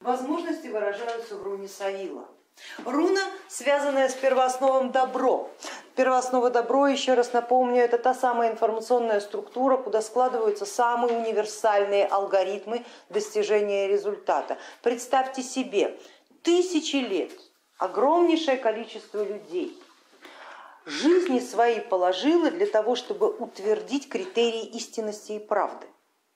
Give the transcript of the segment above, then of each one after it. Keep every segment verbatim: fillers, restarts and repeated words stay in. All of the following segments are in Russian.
возможности выражаются в руне Савила. Руна, связанная с первоосновом добро. Первооснова добро, еще раз напомню, это та самая информационная структура, куда складываются самые универсальные алгоритмы достижения результата. Представьте себе, тысячи лет, огромнейшее количество людей жизни свои положило для того, чтобы утвердить критерии истинности и правды.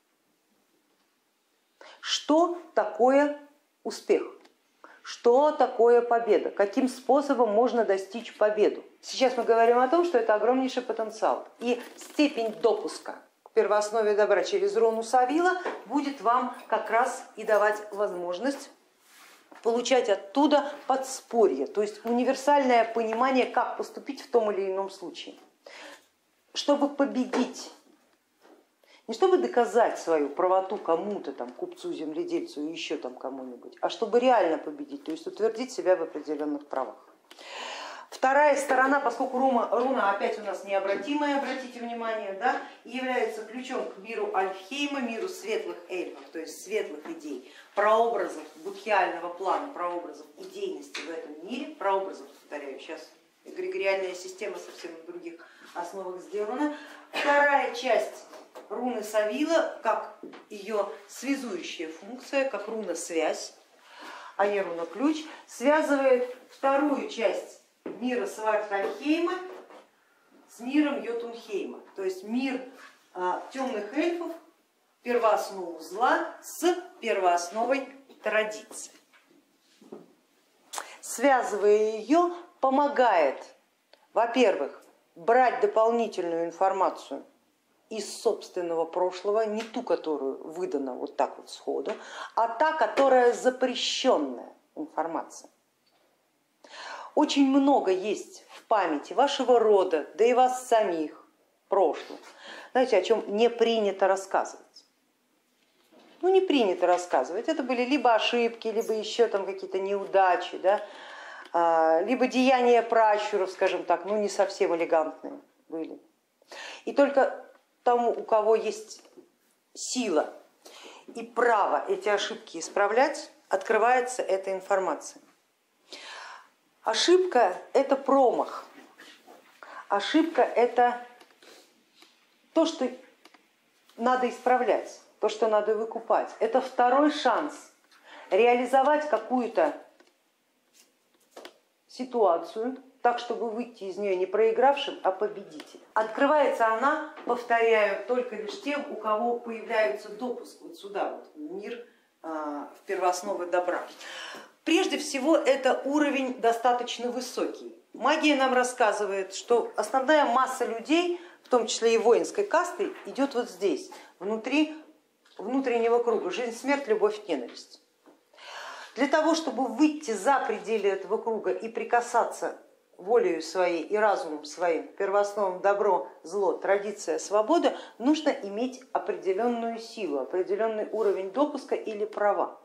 Что такое успех? Что такое победа? Каким способом можно достичь победу? Сейчас мы говорим о том, что это огромнейший потенциал. И степень допуска к первооснове добра через руну Савила будет вам как раз и давать возможность получать оттуда подспорье, то есть универсальное понимание, как поступить в том или ином случае. Чтобы победить, не чтобы доказать свою правоту кому-то, там, купцу, земледельцу и еще там кому-нибудь, а чтобы реально победить, то есть утвердить себя в определенных правах. Вторая сторона, поскольку руна, руна опять у нас необратимая, обратите внимание, да, является ключом к миру Альфхейма, миру светлых эльфов, то есть светлых идей, прообразов будхиального плана, прообразов идейности в этом мире, прообразов, повторяю, сейчас эгрегориальная система совсем на других основах сделана. Вторая часть руны Савила, как ее связующая функция, как руна связь, а не руна ключ, связывает вторую часть мира Свартальхейма с миром Йотунхейма, то есть мир а, темных эльфов, первооснову зла с первоосновой традиции. Связывая ее, помогает, во-первых, брать дополнительную информацию из собственного прошлого, не ту, которую выдана вот так вот сходу, а та, которая запрещенная информация. Очень много есть в памяти вашего рода, да и вас самих, прошлого, знаете, о чем не принято рассказывать. Ну, не принято рассказывать, это были либо ошибки, либо еще там какие-то неудачи, да, либо деяния пращуров, скажем так, ну не совсем элегантные были. И только тому, у кого есть сила и право эти ошибки исправлять, открывается эта информация. Ошибка – это промах, ошибка – это то, что надо исправлять, то, что надо выкупать. Это второй шанс реализовать какую-то ситуацию так, чтобы выйти из нее не проигравшим, а победителем. Открывается она, повторяю, только лишь тем, у кого появляется допуск вот сюда, вот, в мир, в первоосновы добра. Прежде всего, это уровень достаточно высокий. Магия нам рассказывает, что основная масса людей, в том числе и воинской касты, идет вот здесь, внутри внутреннего круга: жизнь, смерть, любовь, ненависть. Для того, чтобы выйти за пределы этого круга и прикасаться волею своей и разумом своим к первоосновам добро, зло, традиция, свобода, нужно иметь определенную силу, определенный уровень допуска или права.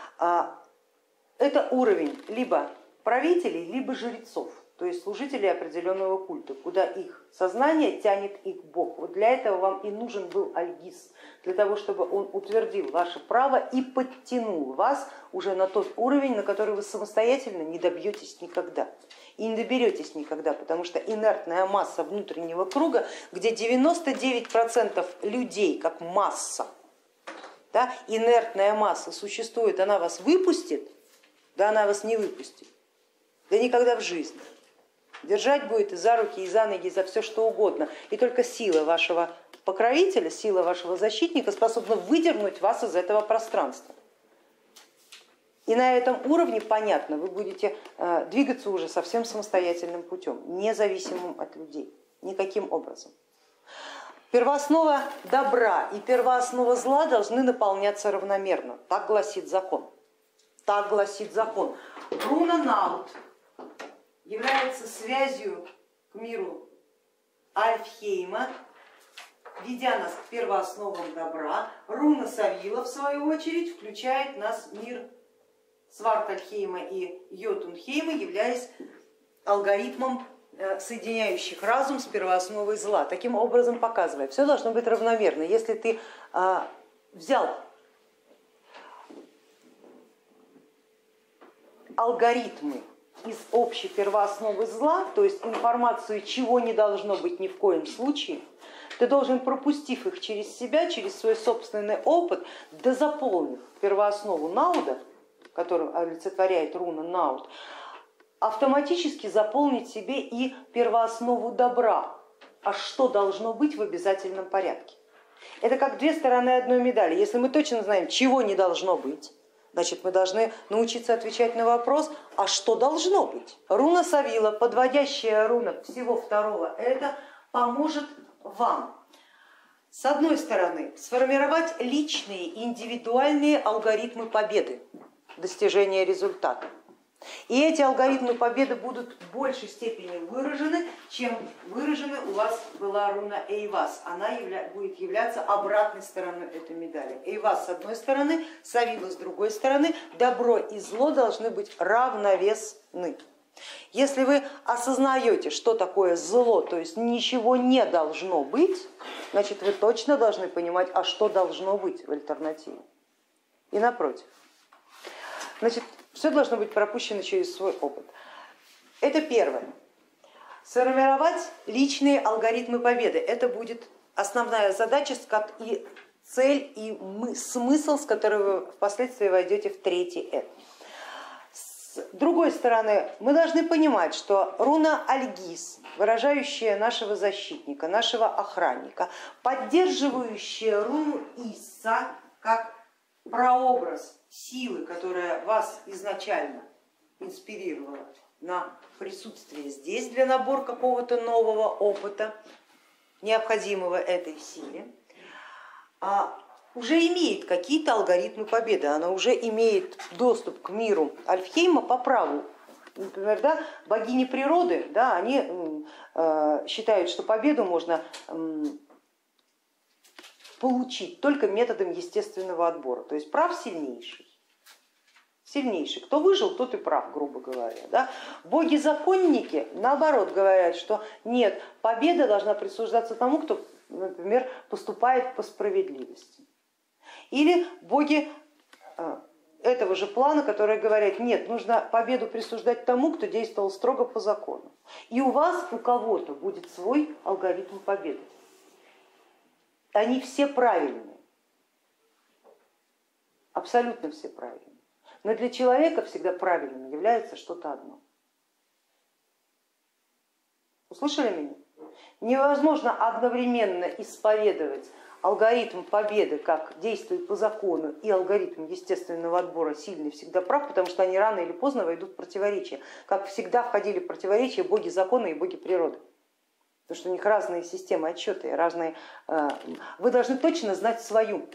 Это уровень либо правителей, либо жрецов, то есть служителей определенного культа, куда их сознание тянет их Бог. Вот для этого вам и нужен был Альгиз, для того, чтобы он утвердил ваше право и подтянул вас уже на тот уровень, на который вы самостоятельно не добьетесь никогда. И не доберетесь никогда, потому что инертная масса внутреннего круга, где девяносто девять процентов людей как масса, да, инертная масса существует, она вас выпустит, да она вас не выпустит, да никогда в жизни. Держать будет и за руки, и за ноги, и за все что угодно. И только сила вашего покровителя, сила вашего защитника способна выдернуть вас из этого пространства. И на этом уровне, понятно, вы будете двигаться уже совсем самостоятельным путем, независимым от людей, никаким образом. Первооснова добра и первооснова зла должны наполняться равномерно, так гласит закон. Так гласит закон. Руна Наут является связью к миру Альфхейма, ведя нас к первоосновам добра. Руна Савила, в свою очередь, включает нас в мир Свартальхейма и Йотунхейма, являясь алгоритмом, соединяющих разум с первоосновой зла. Таким образом показывая, все должно быть равномерно. Если ты взял алгоритмы из общей первоосновы зла, то есть информацию, чего не должно быть ни в коем случае, ты должен, пропустив их через себя, через свой собственный опыт, дозаполнив первооснову науда, которую олицетворяет руна науд, автоматически заполнить себе и первооснову добра, а что должно быть в обязательном порядке. Это как две стороны одной медали. Если мы точно знаем, чего не должно быть, значит, мы должны научиться отвечать на вопрос, а что должно быть. Руна Савила, подводящая руна всего второго, это поможет вам, с одной стороны, сформировать личные, индивидуальные алгоритмы победы, достижения результата. И эти алгоритмы победы будут в большей степени выражены, чем выражена у вас была руна Эйвас. Она явля... будет являться обратной стороной этой медали. Эйвас с одной стороны, Савила с другой стороны. Добро и зло должны быть равновесны. Если вы осознаете, что такое зло, то есть ничего не должно быть, значит вы точно должны понимать, а что должно быть в альтернативе. И напротив. Значит, все должно быть пропущено через свой опыт. Это первое. Сформировать личные алгоритмы победы. Это будет основная задача и цель, и смысл, с которой вы впоследствии войдете в третий этап. С другой стороны, мы должны понимать, что руна Альгиз, выражающая нашего защитника, нашего охранника, поддерживающая руну Исса как прообраз силы, которая вас изначально инспирировала на присутствие здесь для набора какого-то нового опыта, необходимого этой силе, уже имеет какие-то алгоритмы победы, она уже имеет доступ к миру Альфхейма по праву. Например, да, богини природы, да, они э, считают, что победу можно э, получить только методом естественного отбора, то есть прав сильнейший. Сильнейший. Кто выжил, тот и прав, грубо говоря. Да? Боги-законники наоборот говорят, что нет, победа должна присуждаться тому, кто, например, поступает по справедливости. Или боги этого же плана, которые говорят, нет, нужно победу присуждать тому, кто действовал строго по закону. И у вас, у кого-то будет свой алгоритм победы. Они все правильные, абсолютно все правильные. Но для человека всегда правильным является что-то одно. Услышали меня? Невозможно одновременно исповедовать алгоритм победы, как действует по закону, и алгоритм естественного отбора сильный всегда прав, потому что они рано или поздно войдут в противоречие. Как всегда входили в противоречие боги закона и боги природы. Потому что у них разные системы отчета, разные. Вы должны точно знать свою,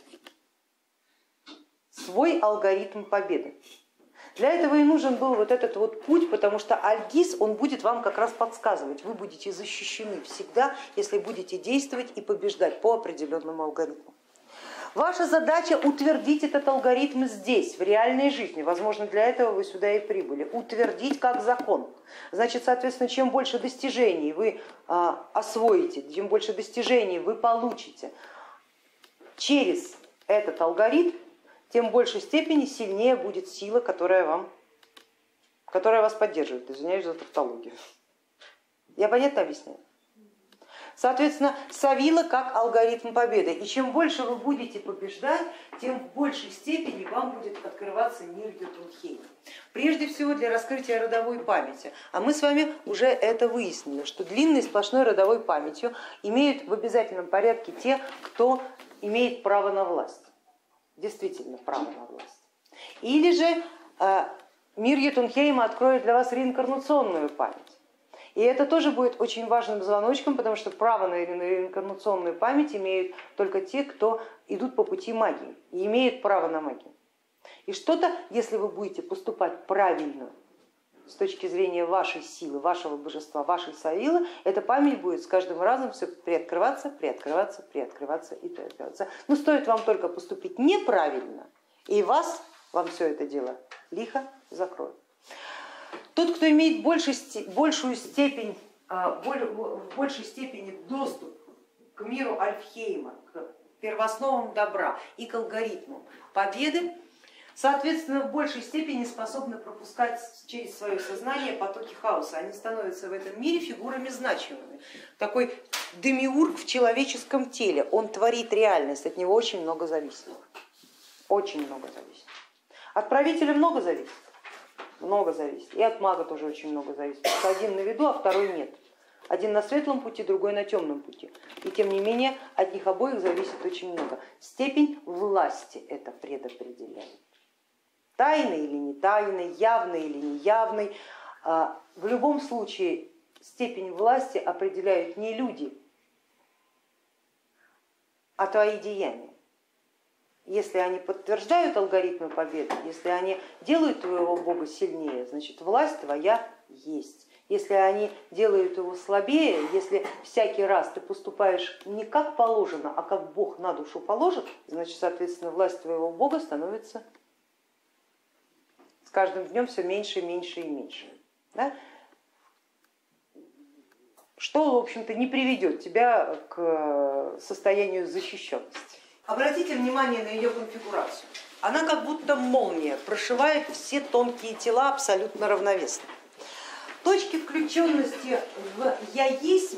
свой алгоритм победы. Для этого и нужен был вот этот вот путь, потому что Альгиз, он будет вам как раз подсказывать, вы будете защищены всегда, если будете действовать и побеждать по определенному алгоритму. Ваша задача утвердить этот алгоритм здесь, в реальной жизни, возможно, для этого вы сюда и прибыли, утвердить как закон. Значит, соответственно, чем больше достижений вы а, освоите, чем больше достижений вы получите через этот алгоритм, тем в большей степени сильнее будет сила, которая, вам, которая вас поддерживает. Извиняюсь за тавтологию. Я понятно объясняю? Соответственно, Савила как алгоритм победы. И чем больше вы будете побеждать, тем в большей степени вам будет открываться мир Йотунхейма. Прежде всего для раскрытия родовой памяти. А мы с вами уже это выяснили, что длинной сплошной родовой памятью имеют в обязательном порядке те, кто имеет право на власть. Действительно право на власть. Или же э, мир Йотунхейма откроет для вас реинкарнационную память. И это тоже будет очень важным звоночком, потому что право на реинкарнационную память имеют только те, кто идут по пути магии и имеют право на магию. И что-то, если вы будете поступать правильно с точки зрения вашей силы, вашего божества, вашей Савилы, эта память будет с каждым разом все приоткрываться, приоткрываться, приоткрываться и приоткрываться. Но стоит вам только поступить неправильно, и вас, вам все это дело лихо закроют. Тот, кто имеет большую степень, в большей степени доступ к миру Альфхейма, к первоосновам добра и к алгоритму победы, соответственно, в большей степени способны пропускать через свое сознание потоки хаоса. Они становятся в этом мире фигурами значимыми. Такой демиург в человеческом теле, он творит реальность, от него очень много зависит. Очень много зависит. От правителя много зависит? Много зависит. И от мага тоже очень много зависит. Потому что один на виду, а второй нет. Один на светлом пути, другой на темном пути. И тем не менее от них обоих зависит очень много. Степень власти это предопределяет. Тайный или не тайный, явный или неявный. В любом случае степень власти определяют не люди, а твои деяния. Если они подтверждают алгоритмы победы, если они делают твоего бога сильнее, значит власть твоя есть. Если они делают его слабее, если всякий раз ты поступаешь не как положено, а как Бог на душу положит, значит, соответственно, власть твоего бога становится с каждым днем все меньше, меньше и меньше. Да? Что, в общем-то, не приведет тебя к состоянию защищенности. Обратите внимание на ее конфигурацию. Она как будто молния прошивает все тонкие тела абсолютно равновесно. Точки включенности в я есть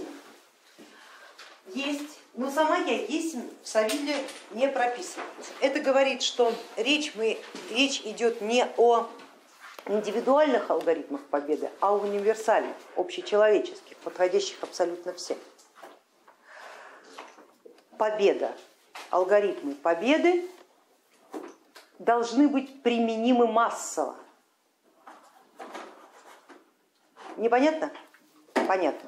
есть, но сама я есть в Савиле не прописывается. Это говорит, что речь, мы, речь идет не о индивидуальных алгоритмах победы, а о универсальных, общечеловеческих, подходящих абсолютно всем. Победа, алгоритмы победы должны быть применимы массово. Непонятно? Понятно.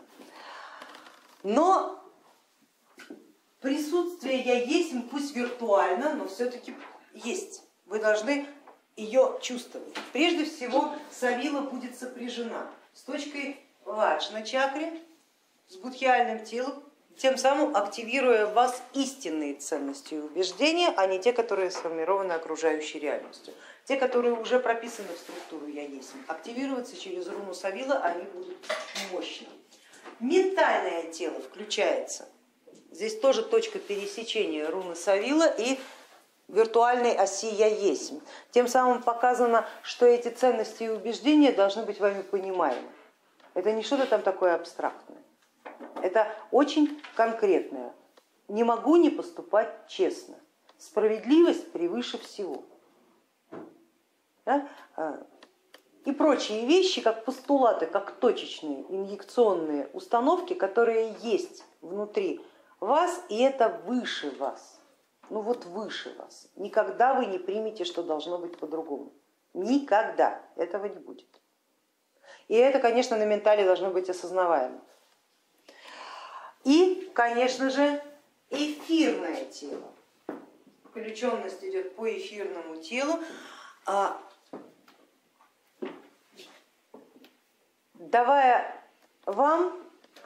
Но присутствие я есть, пусть виртуально, но все-таки есть. Вы должны ее чувствовать. Прежде всего Савила будет сопряжена с точкой ладжна чакры, с будхиальным телом, тем самым активируя в вас истинные ценности и убеждения, а не те, которые сформированы окружающей реальностью. Те, которые уже прописаны в структуру я есть, активироваться через руну Савила, они будут мощны. Ментальное тело включается. Здесь тоже точка пересечения руны Савила и виртуальной оси я есть. Тем самым показано, что эти ценности и убеждения должны быть вами понимаемы. Это не что-то там такое абстрактное. Это очень конкретное. Не могу не поступать честно. Справедливость превыше всего. Да? И прочие вещи, как постулаты, как точечные инъекционные установки, которые есть внутри вас, и это выше вас. Ну вот выше вас. Никогда вы не примете, что должно быть по-другому. Никогда этого не будет. И это, конечно, на ментале должно быть осознаваемо. И, конечно же, эфирное тело. Включенность идет по эфирному телу, давая вам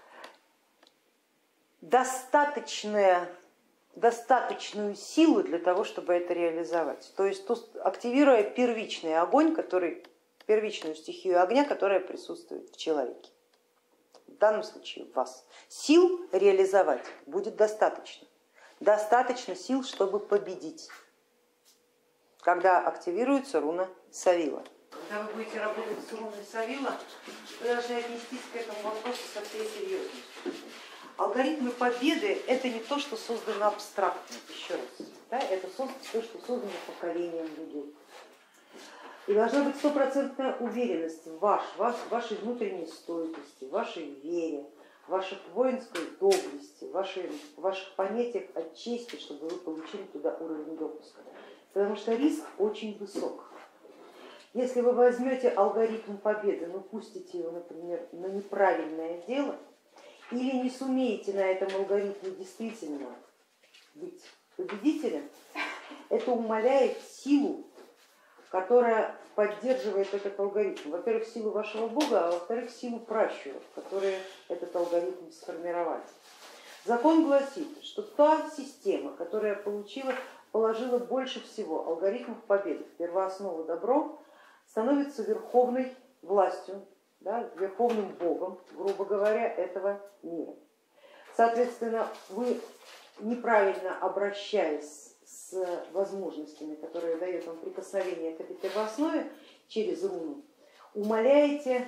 достаточное, достаточную силу для того, чтобы это реализовать. То есть активируя первичный огонь, который, первичную стихию огня, которая присутствует в человеке. В данном случае в вас. Сил реализовать будет достаточно. Достаточно сил, чтобы победить, когда активируется руна Савила. Когда вы будете работать с руной Савила, вы должны отнестись к этому вопросу со всей серьезностью. Алгоритмы победы это не то, что создано абстрактно, еще раз, да? Это то, что создано поколением людей. И должна быть стопроцентная уверенность в ваш, ваш, вашей внутренней стойкости, вашей вере, вашей воинской доблести, вашей, ваших понятиях о чести, чтобы вы получили туда уровень допуска. Потому что риск очень высок. Если вы возьмете алгоритм победы, но пустите его, например, на неправильное дело, или не сумеете на этом алгоритме действительно быть победителем, это умаляет силу, которая поддерживает этот алгоритм. Во-первых, силу вашего бога, а во-вторых, силу пращуров, которые этот алгоритм сформировали. Закон гласит, что та система, которая получила, положила больше всего алгоритмов победы в первооснову добро, становится верховной властью, да, верховным богом, грубо говоря, этого мира. Соответственно, вы, неправильно обращаясь с возможностями, которые дает вам прикосновение к этой первооснове через руну, умаляете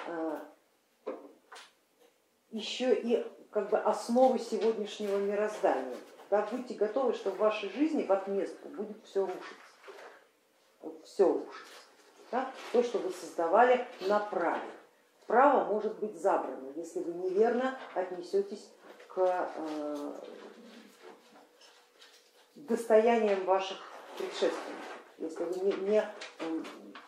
еще и как бы основы сегодняшнего мироздания. Да, будьте готовы, что в вашей жизни в отместку будет все рушиться, все рушится. Да? То, что вы создавали на праве. Право может быть забрано, если вы неверно отнесетесь к э, достояниям ваших предшественников, если вы не, не э,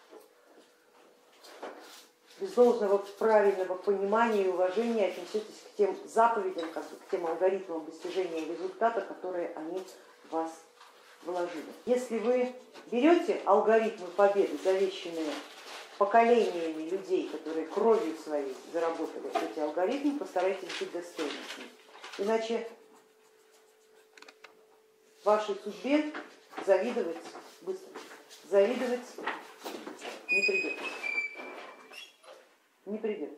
без должного правильного понимания и уважения отнесетесь к тем заповедям, как бы, к тем алгоритмам достижения результата, которые они в вас вложили. Если вы берете алгоритмы победы, завещанные поколениями людей, которые кровью своей заработали эти алгоритмы, постарайтесь быть достойными. Иначе вашей судьбе завидовать быстро, завидовать не придется. Не придется.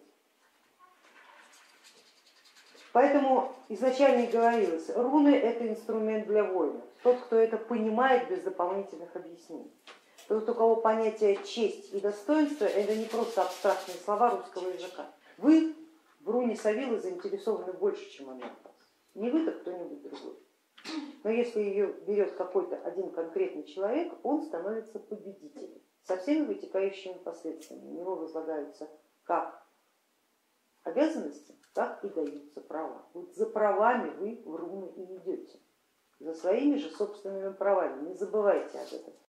Поэтому изначально и говорилось, руны это инструмент для воина. Тот, кто это понимает без дополнительных объяснений. Тот, у кого понятие честь и достоинство, это не просто абстрактные слова русского языка. Вы в руне Савилы заинтересованы больше, чем она в вас. Не вы, так кто-нибудь другой. Но если ее берет какой-то один конкретный человек, он становится победителем со всеми вытекающими последствиями. На него возлагаются как обязанности, так и даются права. Вот за правами вы в руны и идете, за своими же собственными правами, не забывайте об этом.